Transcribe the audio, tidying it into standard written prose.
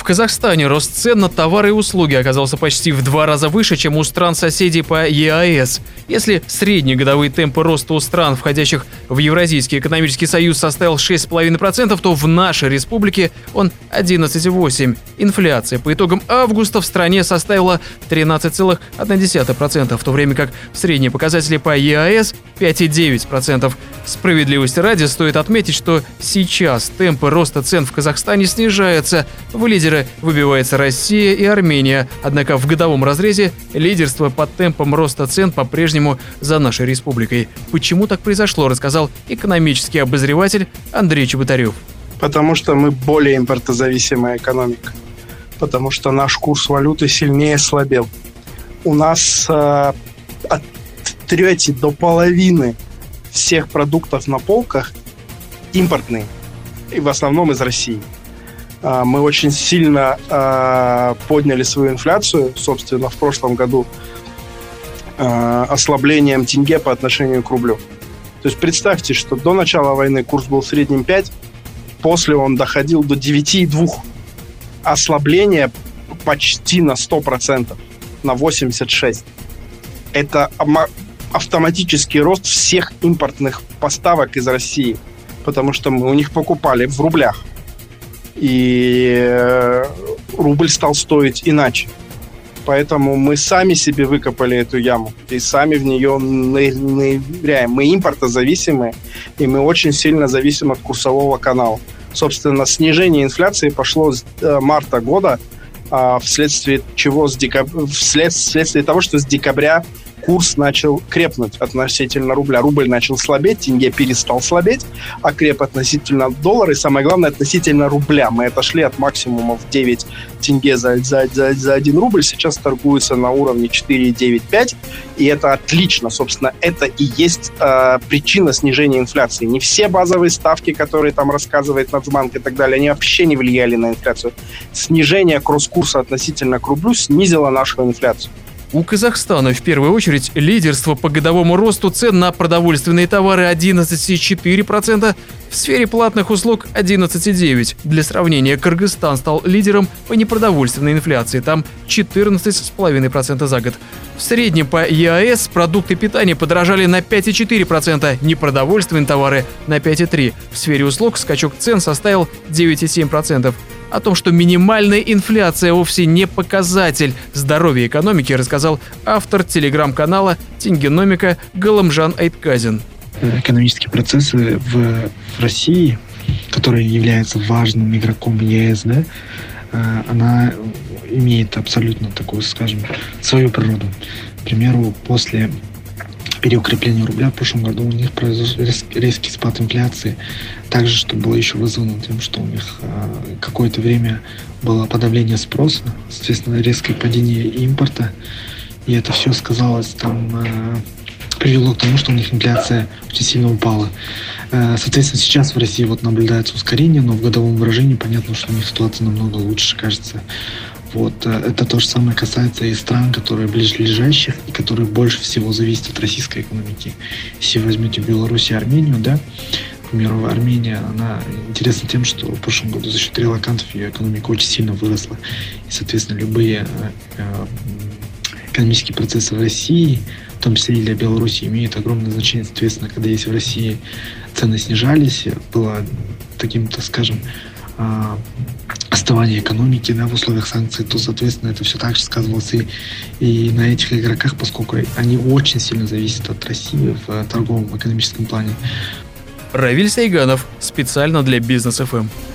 Казахстане рост цен на товары и услуги оказался почти в 2 раза выше, чем у стран-соседей по ЕАЭС. Если средние годовые темпы роста у стран, входящих в Евразийский экономический союз, составил 6,5%, то в нашей республике он 11,8%. Инфляция по итогам августа в стране составила 13,1%, в то время как средние показатели по ЕАЭС 5,9%. Справедливости ради стоит отметить, что сейчас темпы роста цен в Казахстане снижаются. В лидеры выбивается Россия и Армения, однако в годовом разрезе лидерство по темпам роста цен по-прежнему за нашей республикой. Почему так произошло, рассказал экономический обозреватель Андрей Чеботарев. Потому что мы более импортозависимая экономика. Потому что наш курс валюты сильнее слабел. У нас от трети до половины всех продуктов на полках импортные. И в основном из России. Мы очень сильно подняли свою инфляцию, собственно, в прошлом году ослаблением тенге по отношению к рублю. То есть представьте, что до начала войны курс был в среднем 5, после он доходил до 9,2. Ослабление почти на 100%, на 86%. Это автоматический рост всех импортных поставок из России, потому что мы у них покупали в рублях. И рубль стал стоить иначе. Поэтому мы сами себе выкопали эту яму и сами в нее ныряем. Мы импортозависимые, и мы очень сильно зависим от курсового канала. Собственно, снижение инфляции пошло с марта года, вследствие того, что с декабря курс начал крепнуть относительно рубля. Рубль начал слабеть, тенге перестал слабеть, а креп относительно доллара и, самое главное, относительно рубля. Мы отошли от максимума в 9 тенге за 1 рубль. Сейчас торгуется на уровне 4,95. И это отлично. Собственно, это и есть причина снижения инфляции. Не все базовые ставки, которые там рассказывает Нацбанк и так далее, они вообще не влияли на инфляцию. Снижение кросс-курса относительно к рублю снизило нашу инфляцию. У Казахстана в первую очередь лидерство по годовому росту цен на продовольственные товары 11,4%, в сфере платных услуг 11,9%. Для сравнения, Кыргызстан стал лидером по непродовольственной инфляции, там 14,5% за год. В среднем по ЕАЭС продукты питания подорожали на 5,4%, непродовольственные товары на 5,3%. В сфере услуг скачок цен составил 9,7%. О том, что минимальная инфляция вовсе не показатель здоровья экономики, рассказал автор телеграм-канала «Тенгеномика» Галамжан Айтказин. Экономические процессы в России, которые являются важным игроком ЕС, она имеет абсолютно такую, скажем, свою природу. К примеру, после переукрепления рубля в прошлом году у них произошел резкий спад инфляции. Также, что было еще вызвано тем, что у них какое-то время было подавление спроса, соответственно, резкое падение импорта. И это все сказалось, привело к тому, что у них инфляция очень сильно упала. Соответственно, сейчас в России наблюдается ускорение, но в годовом выражении понятно, что у них ситуация намного лучше, кажется. Это то же самое касается и стран, которые ближайших и которые больше всего зависят от российской экономики. Если возьмете Беларусь и Армению, к примеру, Армения, она интересна тем, что в прошлом году за счет релокантов ее экономика очень сильно выросла. И, соответственно, любые экономические процессы в России, в том числе и для Беларуси, имеют огромное значение. Соответственно, когда если в России цены снижались, было таким-то, скажем, отставание экономики в условиях санкций, то, соответственно, это все так же сказывалось и на этих игроках, поскольку они очень сильно зависят от России в торговом экономическом плане. Равиль Сайганов, специально для Бизнес ФМ.